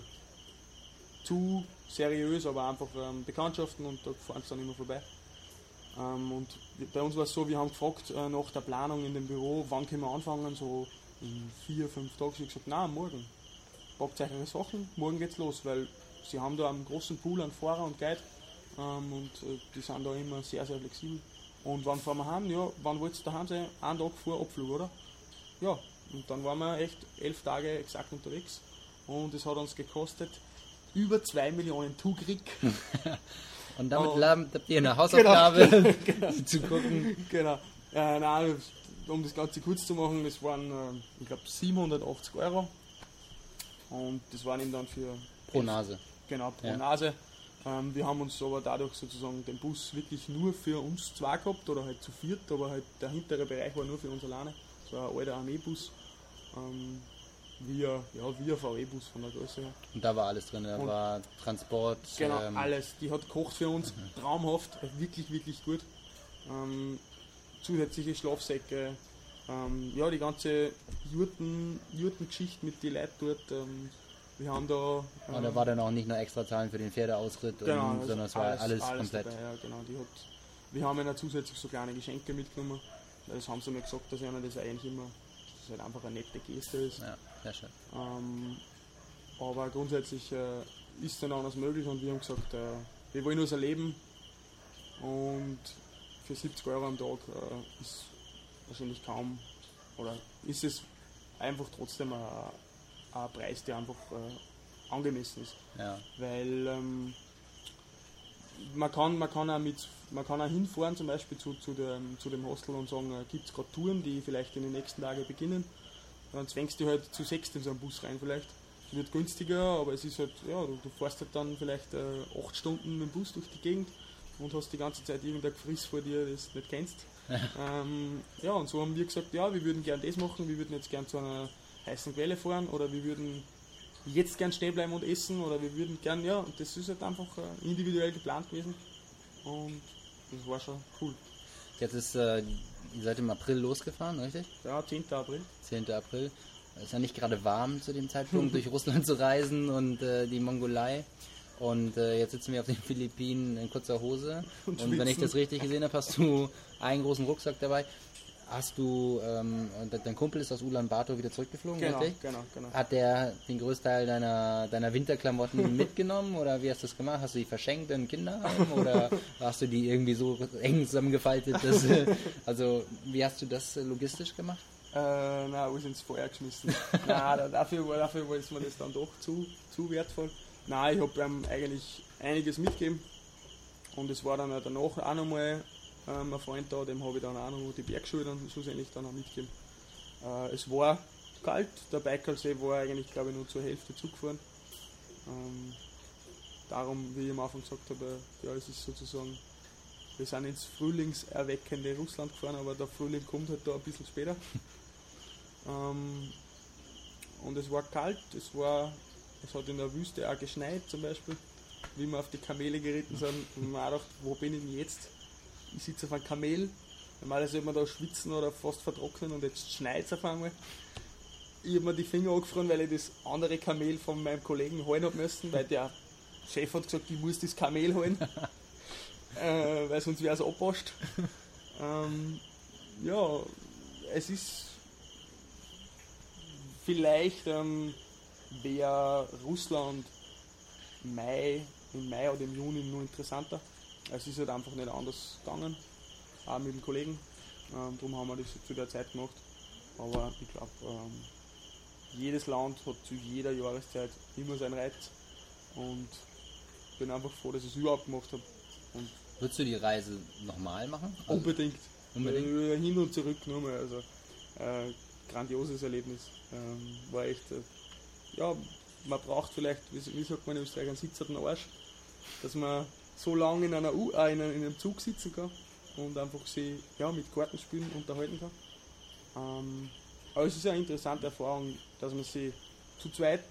zu seriös, aber einfach Bekanntschaften, und da fahren sie dann immer vorbei. Und bei uns war es so, wir haben gefragt nach der Planung in dem Büro, wann können wir anfangen, so in 4-5 Tagen. Ich habe gesagt, nein, morgen. Packt euch eure Sachen, morgen geht's los, weil sie haben da einen großen Pool an Fahrer und Guide, und die sind da immer sehr, sehr flexibel. Und wann fahren wir heim? Ja, wann wollt ihr daheim sein? Einen Tag vor Abflug, oder? Ja, und dann waren wir echt 11 Tage exakt unterwegs, und es hat uns gekostet über 2 Millionen Tugrik. Und damit habt ihr eine Hausaufgabe genau. zu gucken. Genau. Nein, um das Ganze kurz zu machen, das waren, ich glaube, 780 Euro. Und das waren ihm dann für... Pro Nase. Genau, pro Nase. Wir haben uns aber dadurch sozusagen den Bus wirklich nur für uns zwei gehabt, oder halt zu viert, aber halt der hintere Bereich war nur für uns alleine. Das war ein alter Armeebus. Wie ein VW-Bus von der Größe her. Und da war alles drin, da war Transport. Genau, alles. Die hat gekocht für uns, traumhaft, wirklich, wirklich gut. Zusätzliche Schlafsäcke, die ganze Jurtengeschichte mit den Leuten dort. Wir haben da... da war dann auch nicht nur extra Zahlen für den Pferdeausritt, genau, sondern es war alles komplett. Dabei, ja, genau. Wir haben ja zusätzlich so kleine Geschenke mitgenommen. Das haben sie mir gesagt, dass einer das eigentlich immer... Das halt einfach eine nette Geste ist. Ja, sehr schön. Aber grundsätzlich ist es dann anders möglich, und wir haben gesagt, wir wollen nur so erleben, und für 70 Euro am Tag ist wahrscheinlich kaum, oder ist es einfach trotzdem ein Preis, der einfach angemessen ist. Ja. Weil man kann auch hinfahren, zum Beispiel zu dem Hostel, und sagen, gibt es gerade Touren, die vielleicht in den nächsten Tagen beginnen. Dann zwängst du halt zu 6 in so einen Bus rein vielleicht. Es wird günstiger, aber es ist halt, du fährst halt dann vielleicht 8 Stunden mit dem Bus durch die Gegend und hast die ganze Zeit irgendein Gefriss vor dir, das du nicht kennst. Und so haben wir gesagt, wir würden gern das machen, wir würden jetzt gern zu einer heißen Quelle fahren, oder wir würden jetzt gern stehen bleiben und essen, oder wir würden gern, und das ist halt einfach individuell geplant gewesen, und das war schon cool. Jetzt ist, ihr seid im April losgefahren, richtig? Ja, 10. April. 10. April. Ist ja nicht gerade warm zu dem Zeitpunkt, durch Russland zu reisen und die Mongolei. Und jetzt sitzen wir auf den Philippinen in kurzer Hose. Und wenn ich das richtig gesehen habe, hast du einen großen Rucksack dabei. Hast du, dein Kumpel ist aus Ulaanbaatar wieder zurückgeflogen, richtig? Genau. Hat der den Größteil deiner Winterklamotten mitgenommen oder wie hast du das gemacht? Hast du die verschenkt im Kinderheim oder hast du die irgendwie so eng zusammengefaltet? Also wie hast du das logistisch gemacht? Nein, alles ins Feuer geschmissen. Nein, dafür war es mir das dann doch zu wertvoll. Nein, ich habe eigentlich einiges mitgegeben und es war dann auch danach auch nochmal ein Freund da, dem habe ich dann auch noch die Bergschuhe dann schlussendlich dann auch mitgegeben. Es war kalt, der Baikalsee war eigentlich, glaube ich, nur zur Hälfte zugefahren. Darum, wie ich am Anfang gesagt habe, ja, es ist sozusagen, wir sind ins frühlingserweckende Russland gefahren, aber der Frühling kommt halt da ein bisschen später. Und es war kalt, es hat in der Wüste auch geschneit zum Beispiel, wie wir auf die Kamele geritten sind. Und man auch gedacht, wo bin ich denn jetzt? Ich sitze auf einem Kamel, normalerweise sollte man da schwitzen oder fast vertrocknen und jetzt schneit es auf einmal. Ich habe mir die Finger angefroren, weil ich das andere Kamel von meinem Kollegen holen habe müssen, weil der Chef hat gesagt, ich muss das Kamel holen, weil sonst wäre es abwascht. Ja, es ist vielleicht wäre Russland im Mai oder im Juni nur interessanter. Es ist halt einfach nicht anders gegangen, auch mit dem Kollegen. Darum haben wir das zu der Zeit gemacht. Aber ich glaube, jedes Land hat zu jeder Jahreszeit immer seinen Reiz. Und ich bin einfach froh, dass ich es überhaupt gemacht habe. Und würdest du die Reise nochmal machen? Also unbedingt. Hin und zurück nochmal. Also, grandioses Erlebnis. War echt, ja, man braucht vielleicht, wie sagt man in Österreich, einen sitzenden Arsch, dass man so lange in einem Zug sitzen kann und einfach sich mit Kartenspielen unterhalten kann. Aber es ist eine interessante Erfahrung, dass man sich zu zweit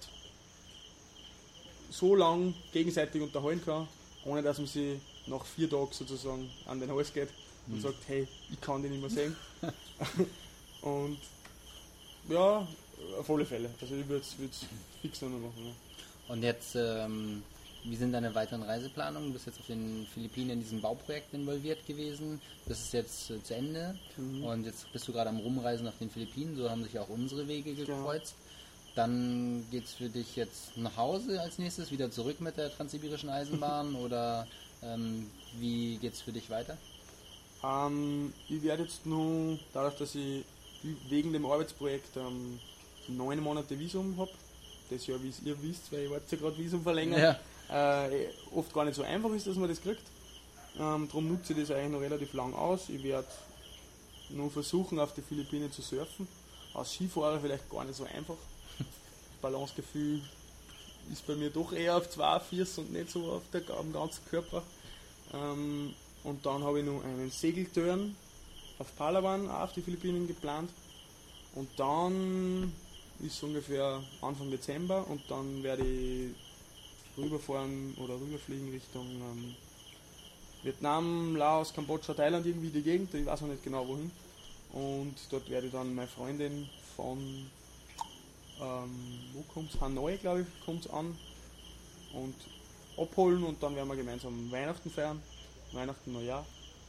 so lang gegenseitig unterhalten kann, ohne dass man sich nach 4 Tagen sozusagen an den Hals geht und sagt, hey, ich kann dich nicht mehr sehen. Und ja, auf alle Fälle. Also ich würde es fix noch machen. Ja. Und jetzt, wie sind deine weiteren Reiseplanungen? Du bist jetzt auf den Philippinen in diesem Bauprojekt involviert gewesen. Das ist jetzt zu Ende. Und jetzt bist du gerade am Rumreisen auf den Philippinen. So haben sich auch unsere Wege gekreuzt. Ja. Dann geht es für dich jetzt nach Hause als nächstes, wieder zurück mit der Transsibirischen Eisenbahn oder wie geht es für dich weiter? Ich werde jetzt nur, dadurch, dass ich wegen dem Arbeitsprojekt 9 Monate Visum habe, das ja, wie ihr wisst, weil ich warte ja gerade Visum verlängern, oft gar nicht so einfach ist, dass man das kriegt. Darum nutze ich das eigentlich noch relativ lang aus. Ich werde nur versuchen, auf die Philippinen zu surfen. Als Skifahrer vielleicht gar nicht so einfach. Balancegefühl ist bei mir doch eher auf 2 Füßen und nicht so auf am ganzen Körper. Und dann habe ich noch einen Segeltörn auf Palawan, auch auf die Philippinen geplant. Und dann ist es ungefähr Anfang Dezember und dann werde ich rüberfahren oder rüberfliegen Richtung Vietnam, Laos, Kambodscha, Thailand, irgendwie die Gegend, ich weiß noch nicht genau wohin. Und dort werde ich dann meine Freundin von wo kommt's? Hanoi, glaube ich, kommt's an und abholen und dann werden wir gemeinsam Weihnachten feiern, Weihnachten, Neujahr.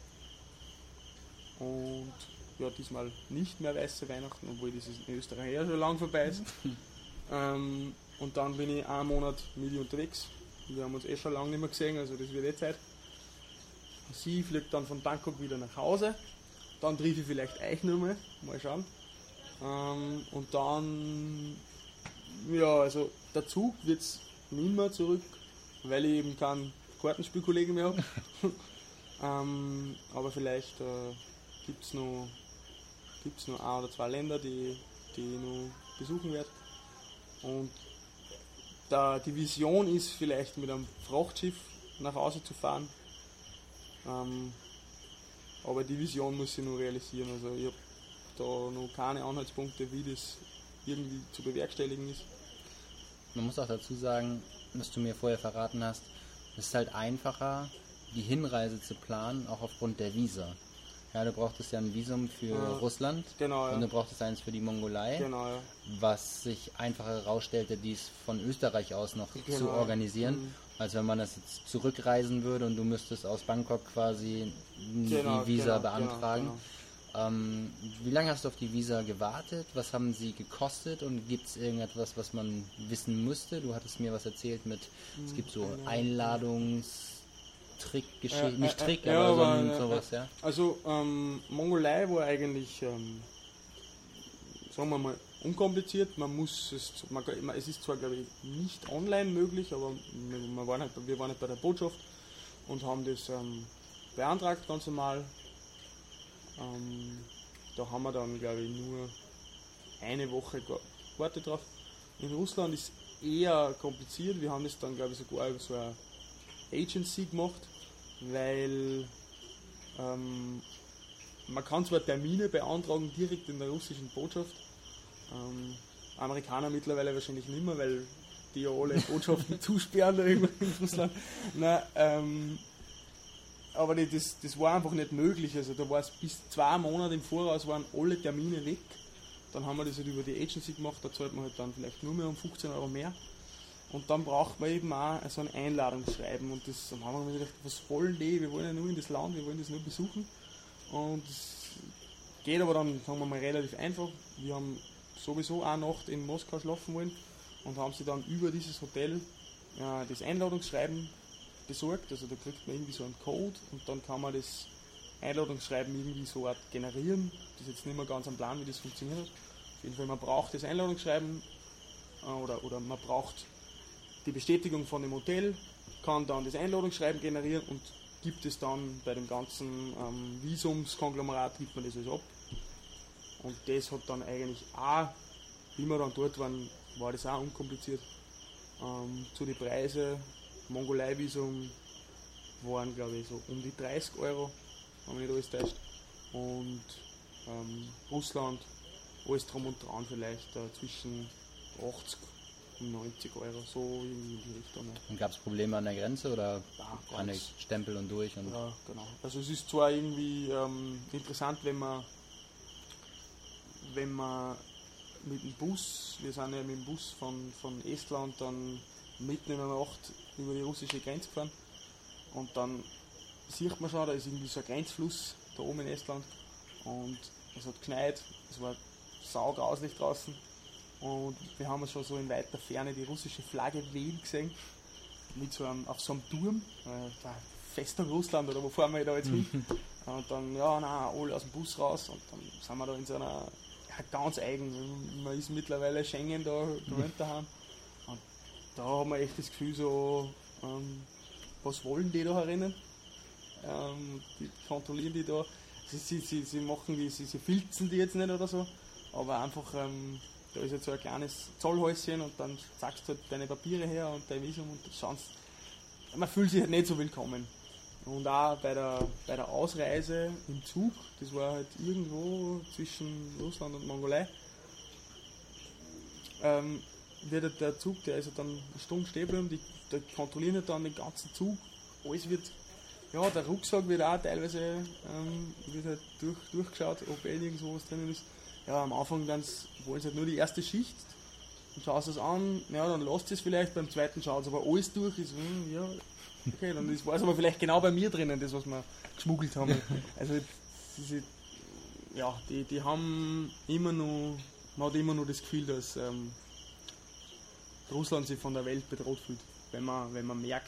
Und ja, diesmal nicht mehr weiße Weihnachten, obwohl das in Österreich ja schon lang vorbei ist. Und dann bin ich einen Monat mit ihr unterwegs. Wir haben uns schon lange nicht mehr gesehen, also das wird Zeit. Sie fliegt dann von Bangkok wieder nach Hause. Dann treffe ich vielleicht euch nochmal, mal schauen. Und dann, ja, also der Zug wird es nicht mehr zurück, weil ich eben keinen Kartenspielkollegen mehr habe. Aber vielleicht gibt es noch 1 oder 2 Länder, die ich noch besuchen werde. Und die Vision ist vielleicht mit einem Frachtschiff nach Hause zu fahren. Aber die Vision muss ich noch realisieren. Also ich habe da noch keine Anhaltspunkte, wie das irgendwie zu bewerkstelligen ist. Man muss auch dazu sagen, was du mir vorher verraten hast, es ist halt einfacher, die Hinreise zu planen, auch aufgrund der Visa. Ja, du brauchtest ja ein Visum für Russland. Genau, ja. Und du brauchtest eins für die Mongolei. Genau, ja. Was sich einfacher herausstellte, dies von Österreich aus noch zu organisieren, als wenn man das jetzt zurückreisen würde und du müsstest aus Bangkok quasi die Visa beantragen. Genau. Wie lange hast du auf die Visa gewartet? Was haben sie gekostet? Und gibt es irgendetwas, was man wissen müsste? Du hattest mir was erzählt mit, es gibt so Einladungstrickgeschichten, nicht Trick, aber sowas, ja. Also Mongolei war eigentlich, sagen wir mal, unkompliziert. Es ist zwar, glaube ich, nicht online möglich, aber wir waren nicht bei der Botschaft und haben das beantragt, ganz normal. Da haben wir dann, glaube ich, nur eine Woche gewartet drauf. In Russland ist eher kompliziert. Wir haben das dann, glaube ich, sogar über so eine Agency gemacht, weil man kann zwar Termine beantragen direkt in der russischen Botschaft, Amerikaner mittlerweile wahrscheinlich nicht mehr, weil die ja alle Botschaften zusperren da in Russland. Aber das war einfach nicht möglich. Also da war es bis 2 Monate im Voraus waren alle Termine weg. Dann haben wir das halt über die Agency gemacht, da zahlt man halt dann vielleicht nur mehr um 15 Euro mehr. Und dann braucht man eben auch so ein Einladungsschreiben. Und das haben wir mir gedacht, was wollen die? Wir wollen ja nur in das Land, wir wollen das nur besuchen. Und das geht aber dann, sagen wir mal, relativ einfach. Wir haben sowieso eine Nacht in Moskau schlafen wollen und haben sie dann über dieses Hotel das Einladungsschreiben besorgt. Also da kriegt man irgendwie so einen Code und dann kann man das Einladungsschreiben irgendwie so Art generieren. Das ist jetzt nicht mehr ganz am Plan, wie das funktioniert hat. Auf jeden Fall, man braucht das Einladungsschreiben oder man braucht die Bestätigung von dem Hotel, kann dann das Einladungsschreiben generieren und gibt es dann bei dem ganzen Visumskonglomerat, gibt man das alles ab. Und das hat dann eigentlich auch, wie wir dann dort waren, war das auch unkompliziert. Zu den Preisen, Mongolei-Visum waren, glaube ich, so um die 30 Euro, wenn mich nicht alles täuscht. Und Russland, alles drum und dran vielleicht zwischen 80 und 90 Euro, so in die Richtung. Ja. Und gab es Probleme an der Grenze oder eine Stempel und durch? Und ja, genau. Also es ist zwar irgendwie interessant, wenn man mit dem Bus, wir sind ja mit dem Bus von Estland dann mitten in der Nacht über die russische Grenze gefahren und dann sieht man schon, da ist irgendwie so ein Grenzfluss da oben in Estland und es hat geschneit, es war saugrauslich draußen und wir haben schon so in weiter Ferne die russische Flagge wehen gesehen, mit so auf so einem Turm, Festung Russland oder wo fahren wir da jetzt hin? Und dann, alle aus dem Bus raus und dann sind wir da in so einer, ganz eigen, man ist mittlerweile Schengen da gewöhnt daheim. Und da haben wir echt das Gefühl so, was wollen die da herinnen? Die kontrollieren die da, sie machen sie filzen die jetzt nicht oder so, aber einfach, da ist jetzt so ein kleines Zollhäuschen und dann zeigst du halt deine Papiere her und dein Visum und das schaust, man fühlt sich halt nicht so willkommen. Und auch bei der Ausreise im Zug, das war halt irgendwo zwischen Russland und Mongolei, wird der Zug, der ist halt dann eine Stunde stehen bleiben, die kontrollieren halt dann den ganzen Zug, alles wird, der Rucksack wird auch teilweise wird halt durchgeschaut, ob irgendwo was drinnen ist. Ja, am Anfang wollen sie halt nur die erste Schicht und schaust es an, dann lasst es vielleicht, beim zweiten schaut es aber alles durch, ist, okay, dann war es aber vielleicht genau bei mir drinnen, das was wir geschmuggelt haben. Also die haben immer noch, man hat immer noch das Gefühl, dass Russland sich von der Welt bedroht fühlt, wenn man merkt,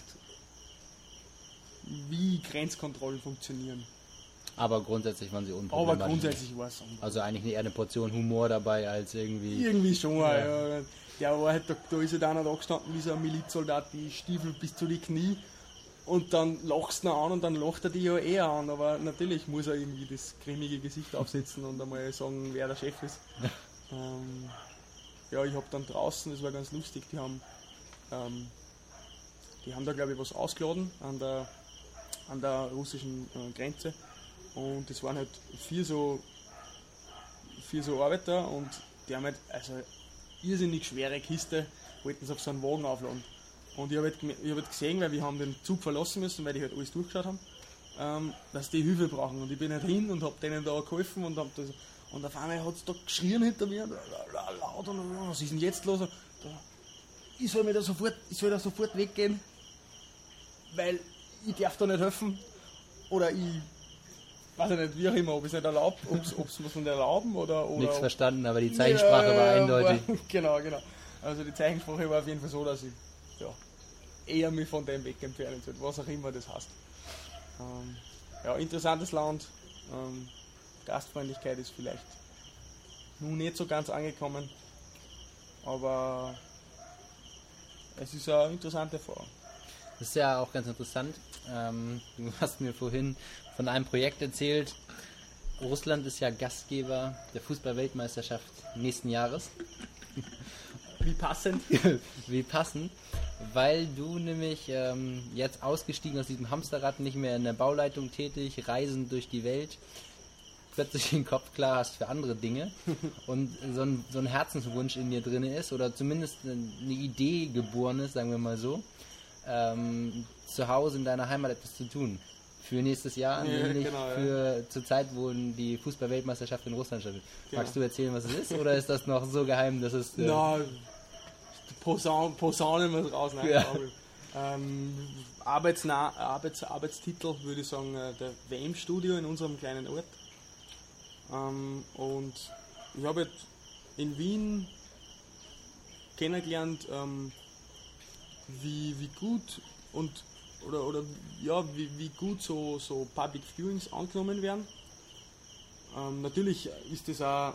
wie Grenzkontrollen funktionieren. Aber grundsätzlich waren sie unproblematisch. Aber grundsätzlich war es so. Also eigentlich eher eine Portion Humor dabei als irgendwie... Irgendwie schon, ja. Der war halt, da ist halt einer da gestanden wie so ein Milizsoldat, die Stiefel bis zu die Knie. Und dann lachst du ihn an und dann lacht er dich ja eher an, aber natürlich muss er irgendwie das grimmige Gesicht aufsetzen und einmal sagen, wer der Chef ist. Ich habe dann draußen, das war ganz lustig, die haben da glaube ich was ausgeladen an der russischen Grenze und das waren halt vier so Arbeiter und die haben halt also irrsinnig schwere Kiste, wollten sie auf so einen Wagen aufladen. Und ich habe halt gesehen, weil wir haben den Zug verlassen müssen, weil die halt alles durchgeschaut haben. dass die Hilfe brauchen. Und ich bin halt hin und habe denen da geholfen und hab das. Und auf einmal hat es da geschrien hinter mir, laut, und was ist denn jetzt los? Ich soll da sofort weggehen, weil ich darf da nicht helfen. Oder ich weiß ich nicht, wie auch immer, ob ich es nicht erlaubt, ob es mir nicht erlauben oder Nichts verstanden, aber die Zeichensprache war eindeutig. Genau. Also die Zeichensprache war auf jeden Fall so, dass ich eher mich von dem Weg entfernen sollte, was auch immer das heißt. Interessantes Land. Gastfreundlichkeit ist vielleicht nun nicht so ganz angekommen, aber es ist eine interessante Erfahrung. Das ist ja auch ganz interessant. Du hast mir vorhin von einem Projekt erzählt. Russland ist ja Gastgeber der Fußball-Weltmeisterschaft nächsten Jahres. Wie passend. Wie passend. Weil du nämlich jetzt ausgestiegen aus diesem Hamsterrad, nicht mehr in der Bauleitung tätig, reisend durch die Welt, plötzlich den Kopf klar hast für andere Dinge und so ein Herzenswunsch in dir drin ist oder zumindest eine Idee geboren ist, sagen wir mal so, zu Hause in deiner Heimat etwas zu tun. Für nächstes Jahr, nämlich zur Zeit, wo die Fußball-Weltmeisterschaft in Russland stattfindet. Genau. Magst du erzählen, was es ist, oder ist das noch so geheim, dass es... Posaunen wir raus. Nein, ja. Arbeitstitel würde ich sagen, der WM-Studio in unserem kleinen Ort. Und ich habe jetzt in Wien kennengelernt, wie gut wie gut so Public Viewings angenommen werden. Natürlich ist das auch,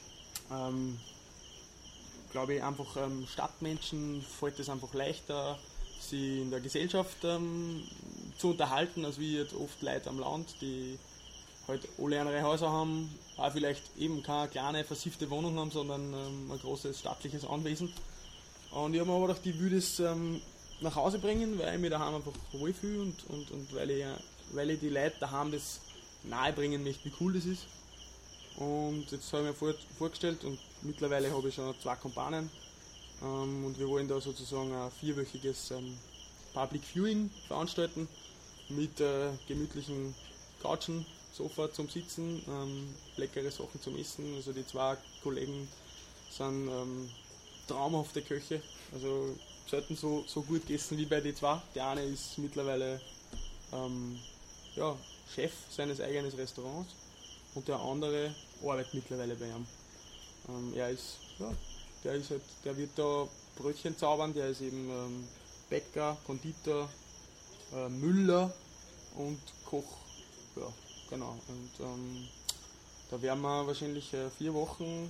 glaube ich, einfach Stadtmenschen fällt es einfach leichter, sie in der Gesellschaft zu unterhalten, als wie jetzt oft Leute am Land, die halt alle andere Häuser haben, auch vielleicht eben keine kleine versiffte Wohnung haben, sondern ein großes stattliches Anwesen. Und ich habe mir aber gedacht, ich würde es nach Hause bringen, weil ich mich daheim einfach wohlfühle und weil ich die Leute daheim das nahe bringen möchte, wie cool das ist. Und jetzt habe ich mir vorgestellt und mittlerweile habe ich schon 2 Kumpanen und wir wollen da sozusagen ein 4-wöchiges Public Viewing veranstalten mit gemütlichen Couchen, Sofa zum Sitzen, leckere Sachen zum Essen. Also die 2 Kollegen sind traumhafte Köche, also selten so gut gegessen wie bei den 2. Der eine ist mittlerweile Chef seines eigenen Restaurants und der andere arbeitet mittlerweile bei ihm. Der wird da Brötchen zaubern, der ist eben Bäcker, Konditor, Müller und Koch. Ja, genau. Und da werden wir wahrscheinlich 4 Wochen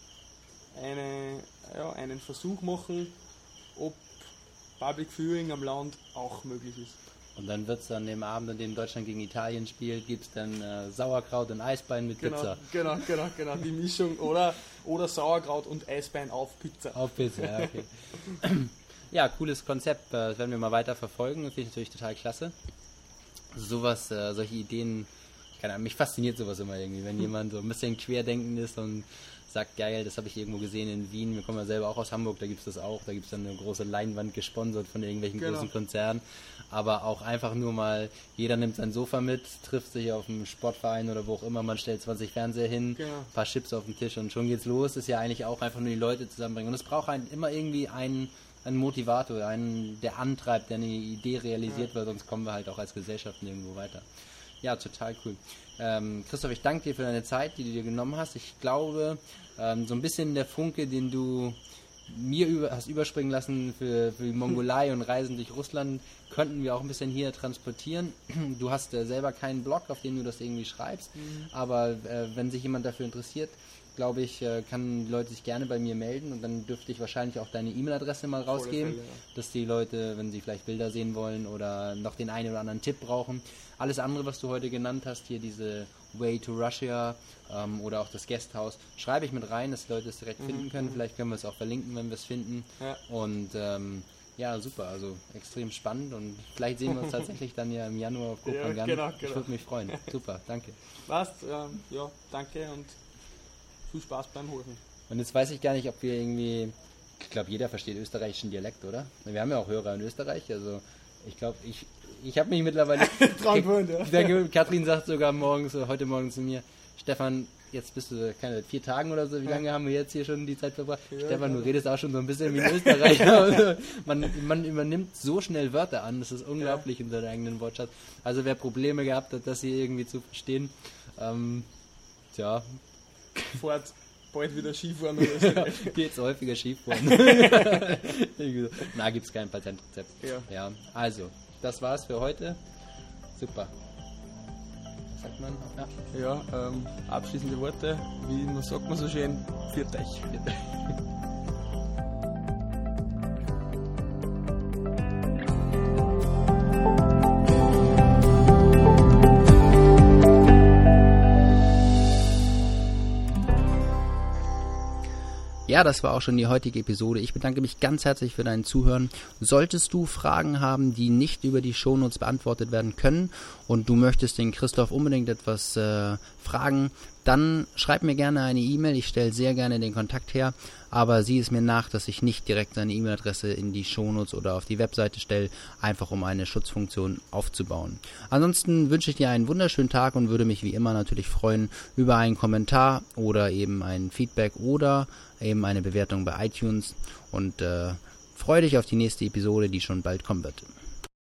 einen Versuch machen, ob Public Viewing am Land auch möglich ist. Und dann wird es an dem Abend, an dem Deutschland gegen Italien spielt, gibt es dann Sauerkraut und Eisbein mit Pizza. Genau, die Mischung oder Sauerkraut und Eisbein auf Pizza. Auf Pizza, ja, okay. Ja, cooles Konzept, das werden wir mal weiter verfolgen, das finde ich natürlich total klasse. Sowas, solche Ideen, keine Ahnung, mich fasziniert sowas immer irgendwie, wenn jemand so ein bisschen querdenken ist und sagt, geil, das habe ich irgendwo gesehen in Wien, wir kommen ja selber auch aus Hamburg, da gibt es das auch, da gibt es dann eine große Leinwand gesponsert von irgendwelchen großen Konzernen, aber auch einfach nur mal, jeder nimmt sein Sofa mit, trifft sich auf einem Sportverein oder wo auch immer, man stellt 20 Fernseher hin, ein paar Chips auf den Tisch und schon geht's los, ist ja eigentlich auch einfach nur die Leute zusammenbringen und es braucht immer irgendwie einen Motivator, einen, der antreibt, der eine Idee realisiert, weil sonst kommen wir halt auch als Gesellschaft nirgendwo weiter. Ja, total cool. Christoph, ich danke dir für deine Zeit, die du dir genommen hast. Ich glaube, so ein bisschen der Funke, den du mir hast überspringen lassen für die Mongolei und Reisen durch Russland, könnten wir auch ein bisschen hier transportieren. Du hast selber keinen Blog, auf dem du das irgendwie schreibst, aber wenn sich jemand dafür interessiert, glaube ich, kann die Leute sich gerne bei mir melden und dann dürfte ich wahrscheinlich auch deine E-Mail-Adresse mal rausgeben, dass die Leute, wenn sie vielleicht Bilder sehen wollen oder noch den einen oder anderen Tipp brauchen. Alles andere, was du heute genannt hast, hier diese Way to Russia oder auch das Guesthouse, schreibe ich mit rein, dass die Leute es direkt finden können. Vielleicht können wir es auch verlinken, wenn wir es finden. Ja. Und ja, super, also extrem spannend und vielleicht sehen wir uns tatsächlich dann ja im Januar auf Kopangan. Genau. Ich würde mich freuen. Super, danke. Passt, ja, danke und viel Spaß beim Holen. Und jetzt weiß ich gar nicht, ob wir irgendwie, ich glaube, jeder versteht österreichischen Dialekt, oder? Wir haben ja auch Hörer in Österreich, also ich glaube, ich Ich habe mich mittlerweile dran gewöhnt, ja. Katrin sagt sogar heute Morgen zu mir, Stefan, jetzt bist du, keine 4 Tagen oder so, wie lange haben wir jetzt hier schon die Zeit verbracht? Ja, Stefan, du redest auch schon so ein bisschen wie ein Österreicher. Also, man übernimmt so schnell Wörter an, das ist unglaublich in seinem eigenen Wortschatz. Also wer Probleme gehabt hat, das hier irgendwie zu verstehen, Fahrt bald wieder Skifahren oder so. Geht's häufiger Skifahren. Na, gibt's kein Patentrezept. Ja, also, das war's für heute. Super. Was sagt man? Ja, abschließende Worte. Wie sagt man so schön? Viert euch. Ja, das war auch schon die heutige Episode. Ich bedanke mich ganz herzlich für dein Zuhören. Solltest du Fragen haben, die nicht über die Shownotes beantwortet werden können und du möchtest den Christoph unbedingt etwas fragen, dann schreib mir gerne eine E-Mail. Ich stelle sehr gerne den Kontakt her, aber sieh es mir nach, dass ich nicht direkt seine E-Mail-Adresse in die Shownotes oder auf die Webseite stelle, einfach um eine Schutzfunktion aufzubauen. Ansonsten wünsche ich dir einen wunderschönen Tag und würde mich wie immer natürlich freuen über einen Kommentar oder eben ein Feedback oder eben eine Bewertung bei iTunes und freue dich auf die nächste Episode, die schon bald kommen wird.